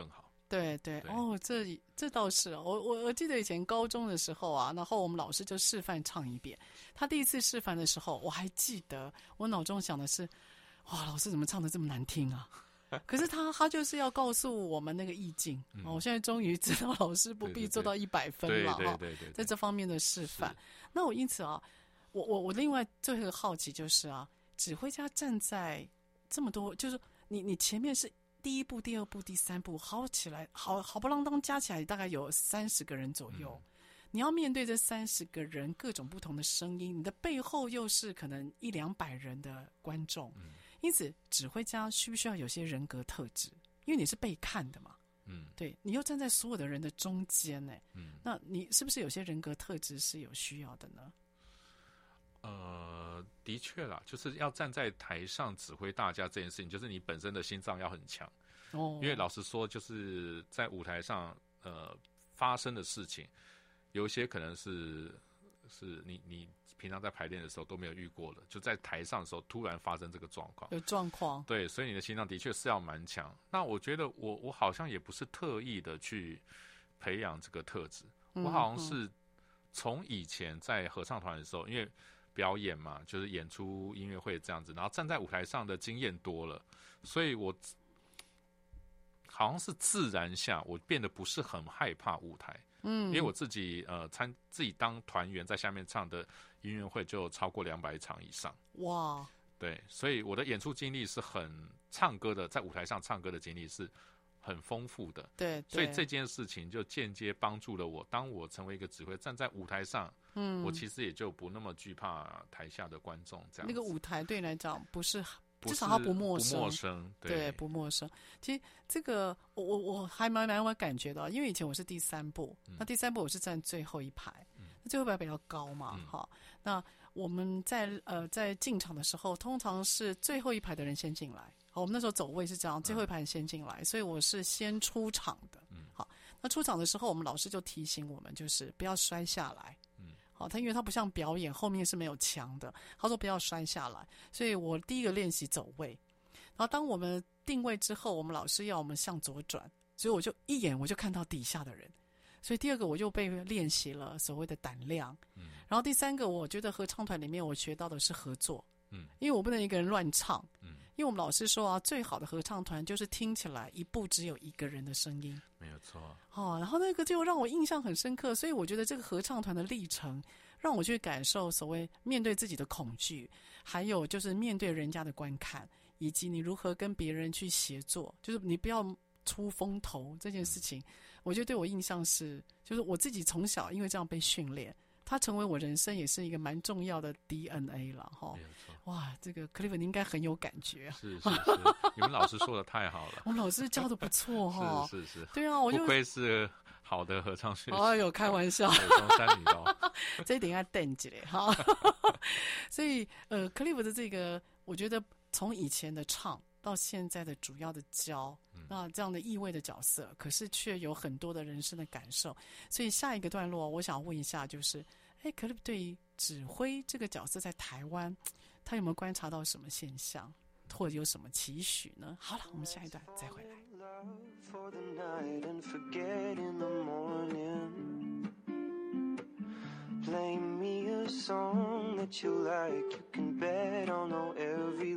对对, 对哦，这这倒是我我我记得以前高中的时候啊，然后我们老师就示范唱一遍。他第一次示范的时候，我还记得，我脑中想的是，哇，老师怎么唱得这么难听啊？可是他他就是要告诉我们那个意境。嗯哦、我现在终于知道老师不必做到一百分了哈，对对对，在这方面的示范。那我因此啊，我我我另外最后一个好奇就是啊，指挥家站在这么多，就是你你前面是。第一步、第二步、第三步，好起来，好好不啷当加起来大概有三十个人左右。嗯、你要面对这三十个人各种不同的声音，你的背后又是可能一两百人的观众，嗯、因此指挥家需不需要有些人格特质？因为你是被看的嘛，嗯，对，你又站在所有的人的中间呢，嗯，那你是不是有些人格特质是有需要的呢？ 呃，的确啦，就是要站在台上指挥大家这件事情，就是你本身的心脏要很强。哦，因为老实说，就是在舞台上，呃，发生的事情，有一些可能是是你你平常在排练的时候都没有遇过的，就在台上的时候突然发生这个状况， 有状况。 对，所以你的心脏的确是要蛮强。那我觉得我我好像也不是特意的去培养这个特质，嗯、我好像是从以前在合唱团的时候，因为表演嘛，就是演出音乐会这样子，然后站在舞台上的经验多了，所以我好像是自然下，我变得不是很害怕舞台。嗯，因为我自己呃参自己当团员在下面唱的音乐会就超过两百场以上。哇，对，所以我的演出经历是很唱歌的，在舞台上唱歌的经历是很丰富的。 对， 所以这件事情就间接帮助了我，当我成为一个指挥，站在舞台上。嗯，我其实也就不那么惧怕台下的观众这样子。 那个舞台对你来讲不是，至少它不陌生， 不陌生，对， 对不陌生。其实这个我我我还蛮蛮有感觉的，因为以前我是第三部，嗯、那第三部我是站最后一排，嗯、那最后一排比较高嘛，哈、嗯。那我们在呃在进场的时候，通常是最后一排的人先进来。好，我们那时候走位是这样，最后一排人先进来，嗯、所以我是先出场的。嗯，好，那出场的时候，我们老师就提醒我们，就是不要摔下来。好，他因为他不像表演，后面是没有墙的。他说不要摔下来，所以我第一个练习走位。然后当我们定位之后，我们老师要我们向左转，所以我就一眼我就看到底下的人。所以第二个我又被练习了所谓的胆量。嗯。然后第三个，我觉得合唱团里面我学到的是合作。嗯。因为我不能一个人乱唱。嗯。因为我们老师说啊，最好的合唱团就是听起来一部只有一个人的声音。 没有错。 哦，然后那个就让我印象很深刻，所以我觉得这个合唱团的历程，让我去感受所谓面对自己的恐惧，还有就是面对人家的观看，以及你如何跟别人去协作，就是你不要出风头这件事情，我觉得对我印象是，就是我自己从小因为这样被训练。它成为我人生也是一个蛮重要的 D N A 了哈。哇，这个克利夫你应该很有感觉。 是是是，你们老师说的太好了。 我们老师教的不错哈。 是是是。 对啊，我就不愧是好的合唱学习。 哎呦，开玩笑。 中山女高， 这一点要等起来哈。所以呃，克利夫的这个，我觉得从以前的唱到现在的主要的教。那这样的意味的角色，可是却有很多的人生的感受。所以下一个段落，我想问一下，就是，哎，可是对于指挥这个角色在台湾，他有没有观察到什么现象，或者有什么期许呢？好了，我们下一段再回来。Play me a song that you like, you can bet I'll know every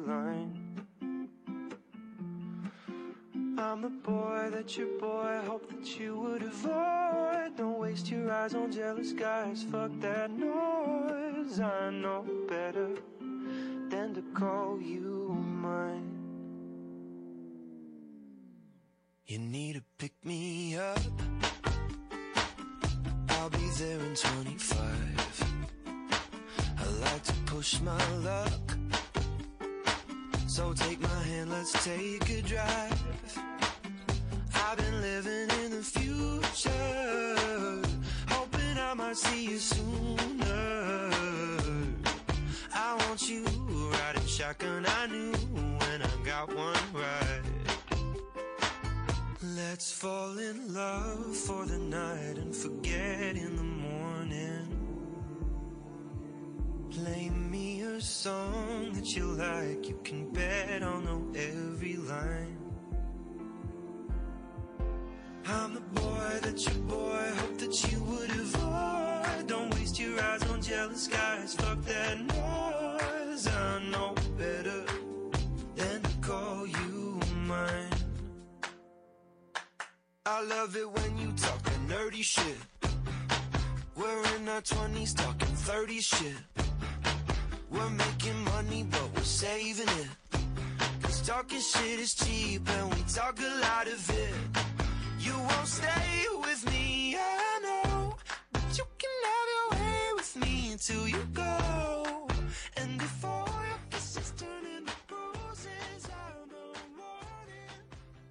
line.I'm the boy that your boy hoped that you would avoid. Don't waste your eyes on jealous guys, fuck that noise. I know better than to call you mine. You need to pick me up, I'll be there in twenty-five. I like to push my luck, so take my hand, let's take a drive.I've been living in the future, hoping I might see you sooner. I want you riding shotgun, I knew when I got one right. Let's fall in love for the night and forget in the morning. Play me a song that you like, you can bet I'll know every line.I I'm the boy that your boy hoped that you would avoid. Don't waste your eyes on jealous guys. Fuck that noise. I know better than to call you mine. I love it when you talk that nerdy shit. We're in our twenties talking thirties shit. We're making money but we're saving it. Cause talking shit is cheap and we talk a lot of it. You won't stay with me, I know, but you can have your way with me until you go. And before your kisses turn into bruises, I'll know morning.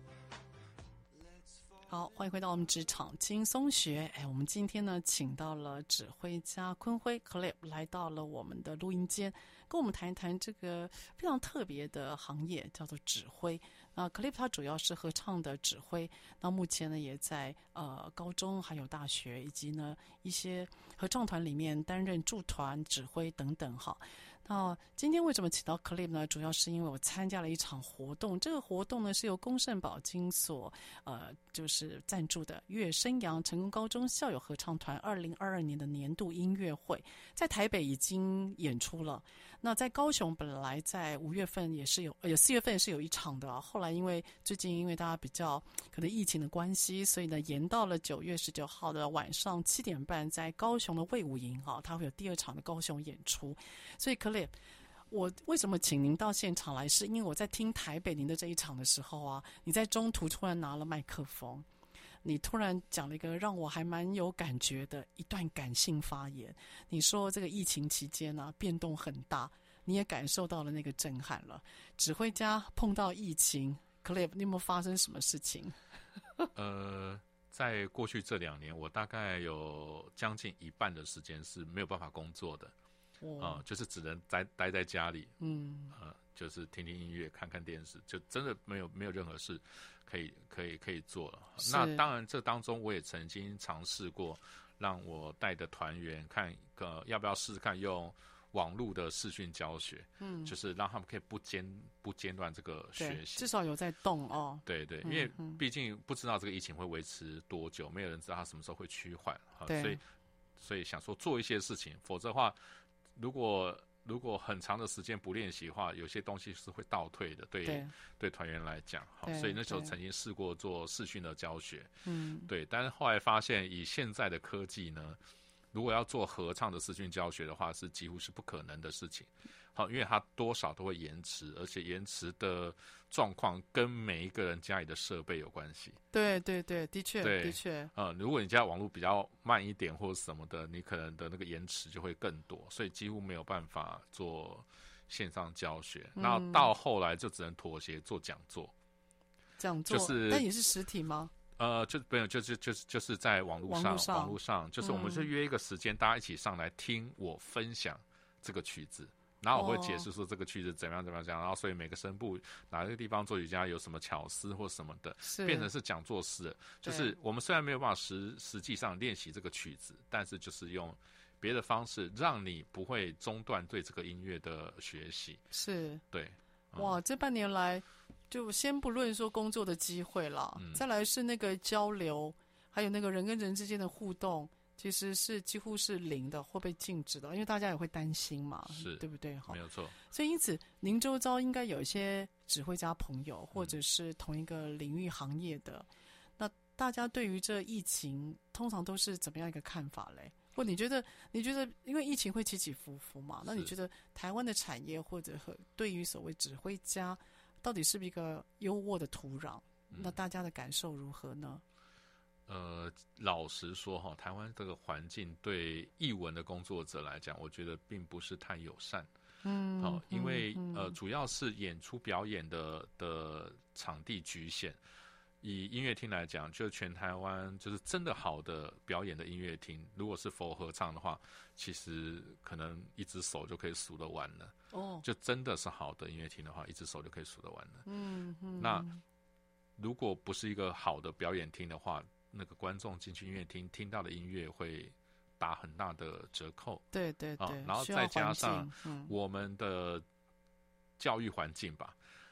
好，欢迎回到我们职场轻松学。哎，我们今天呢，请到了指挥家坤辉 Clip 来到了我们的录音间，跟我们谈一谈这个非常特别的行业，叫做指挥。那 Clip 他主要是合唱的指挥，那目前呢也在呃高中还有大学以及呢一些合唱团里面担任驻团指挥等等哈。那今天为什么请到 Clip 呢？主要是因为我参加了一场活动，这个活动呢是由公圣保金所呃就是赞助的粤生阳成功高中校友合唱团二零二二年的年度音乐会，在台北已经演出了。那在高雄本来在五月份也是有，呃四月份也是有一场的、啊，后来因为最近因为大家比较可能疫情的关系，所以呢延到了九月十九号的晚上七点半，在高雄的卫武营啊，它会有第二场的高雄演出。所以 Clip， 我为什么请您到现场来？是因为我在听台北您的这一场的时候啊，你在中途突然拿了麦克风。你突然讲了一个让我还蛮有感觉的一段感性发言，你说这个疫情期间啊变动很大，你也感受到了那个震撼了。指挥家碰到疫情 Clip 你有没有发生什么事情？ 呃在过去这两年，我大概有将近一半的时间是没有办法工作的， 哦呃、就是只能待待在家里， 嗯， 呃，就是听听音乐、看看电视，就真的没有没有任何事可以可以可以做了。那当然，这当中我也曾经尝试过，让我带的团员看，呃，要不要试试看用网络的视讯教学，嗯，就是让他们可以不间不间断这个学习， 至少有在动哦。 对对，因为毕竟不知道这个疫情会维持多久，没有人知道它什么时候会趋缓， 对， 所以所以想说做一些事情，否则的话，如果如果很长的时间不练习的话，有些东西是会倒退的，对 对, 对团员来讲，好，所以那时候曾经试过做视讯的教学，嗯，对，但是后来发现以现在的科技呢，如果要做合唱的视讯教学的话，是几乎是不可能的事情，好，因为它多少都会延迟，而且延迟的状况跟每一个人家里的设备有关系。 对对对，的确的确， 呃，如果你家网络比较慢一点或者什么的，你可能的那个延迟就会更多，所以几乎没有办法做线上教学。嗯、那到后来就只能妥协做讲座， 讲座，就是那也是实体吗？ 呃，就没有，就是就是就是在网络上，网络上，就是我们就约一个时间，嗯、大家一起上来听我分享这个曲子。然后我会解释说这个曲子怎么样怎么样讲，然后所以每个声部哪个地方作曲家有什么巧思或什么的，变成是讲作诗了。就是我们虽然没有办法实实际上练习这个曲子，但是就是用别的方式让你不会中断对这个音乐的学习。 是， 对。 嗯、哇，这半年来就先不论说工作的机会啦，嗯、再来是那个交流，还有那个人跟人之间的互动。其实是几乎是零的，会被禁止的，因为大家也会担心嘛， 是对不对？ 没有错。 所以因此，您周遭应该有一些指挥家朋友，或者是同一个领域行业的，嗯、那大家对于这疫情通常都是怎么样一个看法嘞？或你觉得，你觉得，因为疫情会起起伏伏嘛，那你觉得台湾的产业或者对于所谓指挥家，到底是不是一个优渥的土壤？嗯、那大家的感受如何呢？ 呃，老实说哈，台湾这个环境对艺文的工作者来讲，我觉得并不是太友善。嗯，哦，因为、嗯、呃，主要是演出表演的的场地局限。以音乐厅来讲，就全台湾就是真的好的表演的音乐厅，如果是佛合唱的话，其实可能一只手就可以数得完了。哦，就真的是好的音乐厅的话，一只手就可以数得完了。嗯嗯，那如果不是一个好的表演厅的话，那个观众进去音乐厅听到的音乐会打很大的折扣， 对对对、啊， 然后再加上我们的教育环境吧，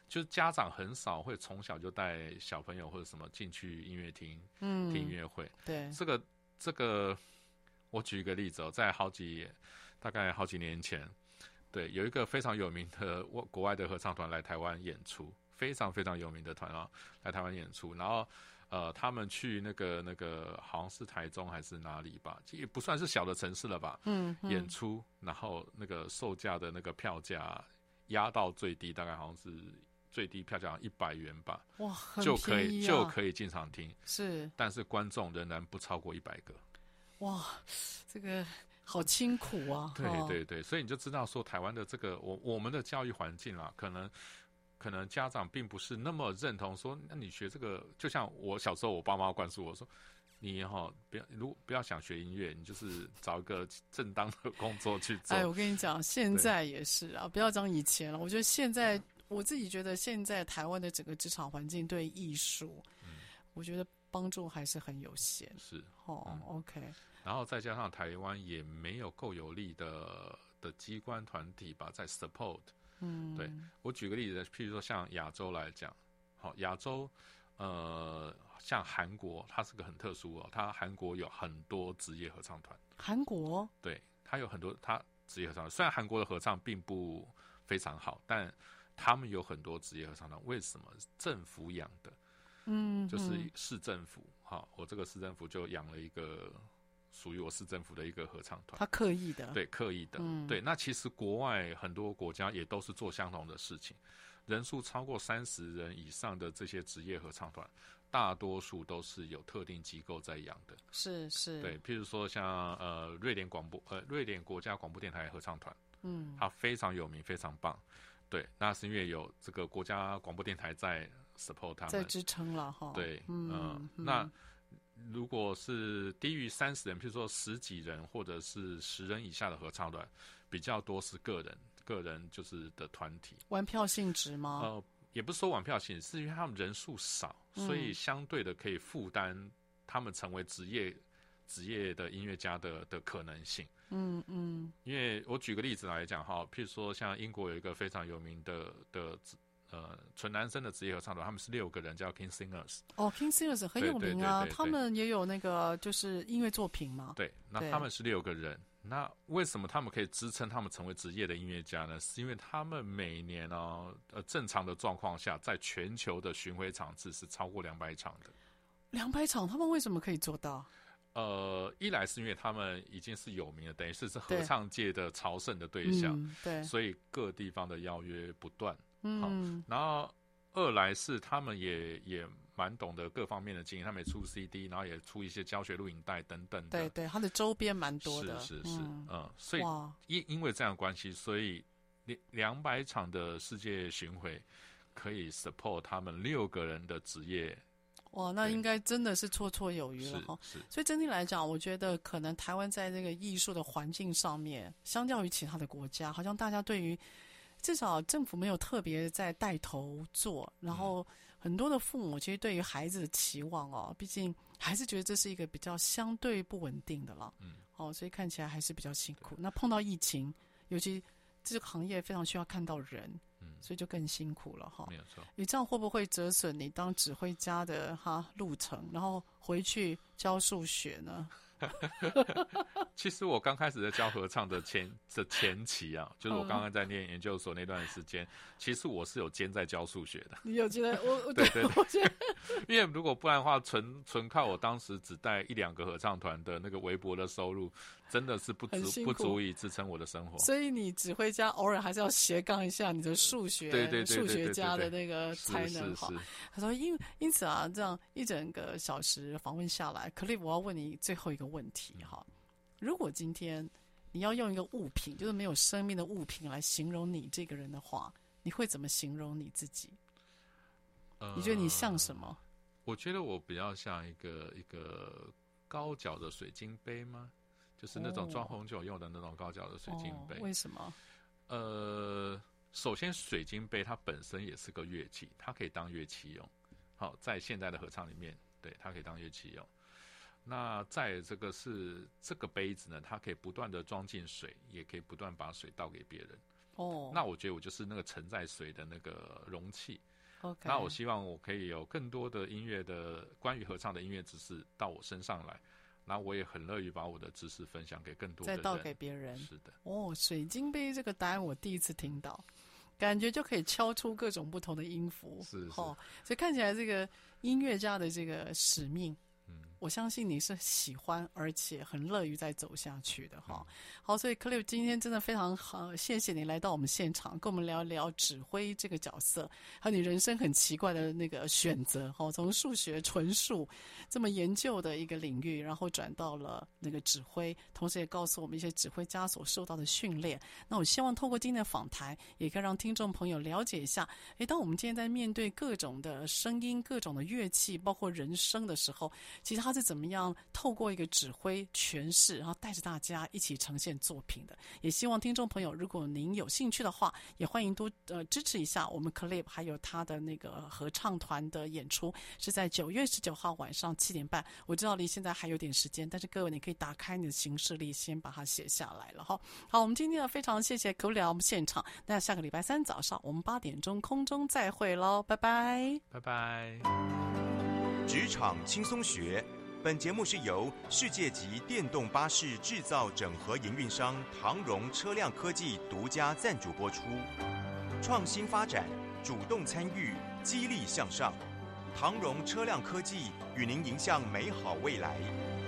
就是家长很少会从小就带小朋友或者什么进去音乐厅，嗯，听音乐会。 对， 这个这个，我举一个例子哦，在好几大概好几年前，对，有一个非常有名的国外的合唱团来台湾演出，非常非常有名的团啊，来台湾演出，然后呃，他们去那个那个好像是台中还是哪里吧，也不算是小的城市了吧，嗯，嗯演出，然后那个售价的那个票价压到最低，大概好像是最低票价一百元吧， 哇，很就可以、 啊、 就可以进场听， 是， 但是观众仍然不超过一百个， 哇，这个好辛苦啊！ 对对对，所以你就知道说台湾的这个我我们的教育环境啦，可能。可能家长并不是那么认同说，那你学这个，就像我小时候，我爸妈灌输我说，你哈、哦、不要，如果不要想学音乐，你就是找一个正当的工作去做。 哎，我跟你讲，现在也是啊，不要讲以前了。我觉得现在，我自己觉得现在台湾的整个职场环境对艺术，嗯、我觉得帮助还是很有限。 是哦、嗯、，OK。 然后再加上台湾也没有够有力的的机关团体吧，在 support。嗯，对，我举个例子，譬如说像亚洲来讲，好，亚洲，呃，像韩国，它是个很特殊哦，它韩国有很多职业合唱团。 韩国？ 对，它有很多，它职业合唱团，虽然韩国的合唱并不非常好，但他们有很多职业合唱团。为什么？政府养的，嗯，就是市政府，好，我这个市政府就养了一个。属于我市政府的一个合唱团， 他刻意的， 对，刻意的，嗯、对。那其实国外很多国家也都是做相同的事情，人数超过三十人以上的这些职业合唱团，大多数都是有特定机构在养的， 是是， 对。譬如说像呃瑞典广播呃瑞典国家广播电台合唱团，嗯，它非常有名，非常棒，对。那是因为有这个国家广播电台在 support 他们， 在支撑了哈， 对，嗯，呃、嗯那。如果是低于三十人，譬如说十几人或者是十人以下的合唱团，比较多是个人，个人就是的团体。 玩票性质吗？ 呃，也不是说玩票性质，是因为他们人数少，所以相对的可以负担他们成为职业职业的音乐家的的可能性。嗯嗯。因为我举个例子来讲哈，譬如说像英国有一个非常有名的的。呃，纯男生的职业合唱团，他们是六个人，叫 King Singers。 哦 ，King Singers 很有名啊，他们也有那个就是音乐作品嘛。 对，那他们是六个人。那为什么他们可以支撑他们成为职业的音乐家呢？是因为他们每年哦，呃，正常的状况下，在全球的巡回场次是超过两百场的。 两百场，他们为什么可以做到？ 呃，一来是因为他们已经是有名的，等于是是合唱界的朝圣的对象， 嗯、对， 所以各地方的邀约不断。嗯，然后二来是他们也也蛮懂得各方面的经营，他们也出 C D， 然后也出一些教学录影带等等的。 对对，他的周边蛮多的。 是是是，嗯，嗯所以因因为这样的关系，所以两百场的世界巡回可以 support 他们六个人的职业。 哇，那应该真的是绰绰有余了哈。所以整体来讲，我觉得可能台湾在这个艺术的环境上面，相较于其他的国家，好像大家对于至少政府没有特别在带头做，然后很多的父母其实对于孩子的期望哦，毕竟还是觉得这是一个比较相对不稳定的了，嗯，哦，所以看起来还是比较辛苦。那碰到疫情，尤其这个行业非常需要看到人，嗯，所以就更辛苦了哈。 没有错， 你这样会不会折损你当指挥家的哈路程，然后回去教数学呢？ 其实我刚开始在教合唱的前的前期啊，就是我刚刚在念研究所那段时间，嗯、其实我是有兼在教数学的。 你有兼在？我对对对，因为如果不然的话，纯纯靠我当时只带一两个合唱团的那个微薄的收入，真的是不足不足以支撑我的生活。 所以你指挥家偶尔还是要斜杠一下你的数学， 对对对数学家的那个才能哈。他说因因此啊，这样一整个小时访问下来 ，Cliff， 我要问你最后一个问题哈。如果今天你要用一个物品，就是没有生命的物品来形容你这个人的话，你会怎么形容你自己？呃、你觉得你像什么？ 我觉得我比较像一个一个高脚的水晶杯吗？就是那种装红酒用的那种高脚的水晶杯。 哦、为什么？ 呃，首先水晶杯它本身也是个乐器，它可以当乐器用。好，在现代的合唱里面，对，它可以当乐器用。那在这个是这个杯子呢，它可以不断的装进水，也可以不断把水倒给别人。 哦，那我觉得我就是那个沉在水的那个容器。 OK， 那我希望我可以有更多的音乐的关于合唱的音乐知识到我身上来，那我也很乐意把我的知识分享给更多的人， 再倒给别人。 是的。 哦，水晶杯这个答案我第一次听到，感觉就可以敲出各种不同的音符。 是是。 哦，所以看起来这个音乐家的这个使命，嗯，我相信你是喜欢而且很乐于再走下去的哈。嗯、好，所以 Cliff 今天真的非常好，谢谢你来到我们现场，跟我们聊一聊指挥这个角色，还有你人生很奇怪的那个选择哈，从数学纯数这么研究的一个领域，然后转到了那个指挥，同时也告诉我们一些指挥家所受到的训练。那我希望透过今天的访谈，也可以让听众朋友了解一下，诶，当我们今天在面对各种的声音、各种的乐器，包括人声的时候，其实他是怎么样透过一个指挥诠释，然后带着大家一起呈现作品的。也希望听众朋友，如果您有兴趣的话，也欢迎多呃支持一下我们 Cliff 还有他的那个合唱团的演出，是在九月十九号晚上七点半。我知道离现在还有点时间，但是各位你可以打开你的行事历，先把它写下来了哈。好，我们今天呢非常谢谢 Cliff 来我们现场，那下个礼拜三早上我们八点钟空中再会喽，拜拜， 拜拜。 职场轻松学。本节目是由世界级电动巴士制造整合营运商唐荣车辆科技独家赞助播出。创新发展，主动参与，激励向上。唐荣车辆科技与您迎向美好未来。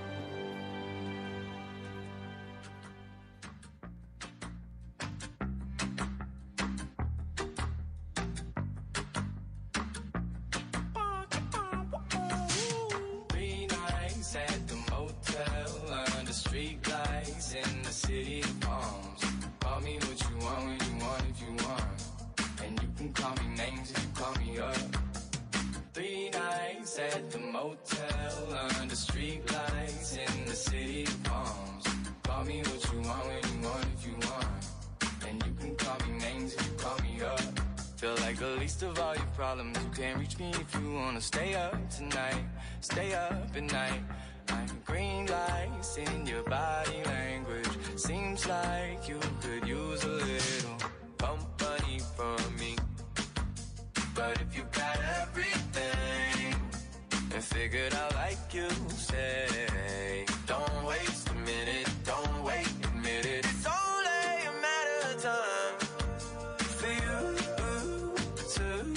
Stay up tonight, stay up at night. I'm green lights in your body language. Seems like you could use a little company from me. But if you got everything and figured out like you say, don't waste a minute, don't wait a minute. It's only a matter of time for you to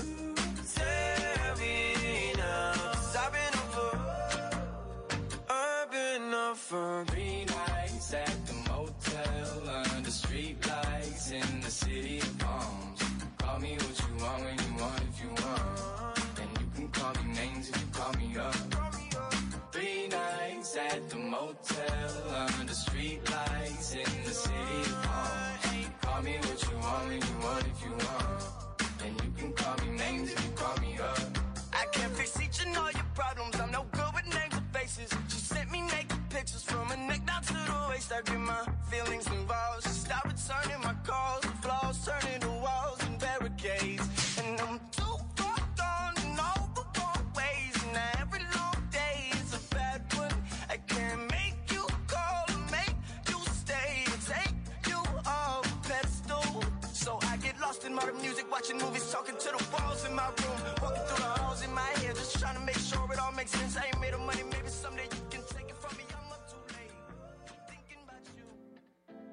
for three nights at the motel under street lights in the city of palms. Call me what you want when you want if you want, and you can call me names if you call me up. Three nights at the motel under street lights in the city of palms. Call me what you want when you want if you want, and you can call me names if you call me up. I can't fix each and all your problems, I'm no good with names or faces. She sent me naked pictures from her neck down to the waist. I get my feelings involved. She stopped returning my calls. The flaws turning to walls and barricades. And I'm too far gone in all the wrong ways. And every long day is a bad one. I can't make you call or make you stay or take you off a pedestal. So I get lost in modern music, watching movies, talking to the walls in my room, walking through the halls in my head, just trying to make sure it all makes sense. I ain't made of money, maybe someday you can take it from me. I'm up too late, thinking about you.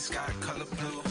sky color blue.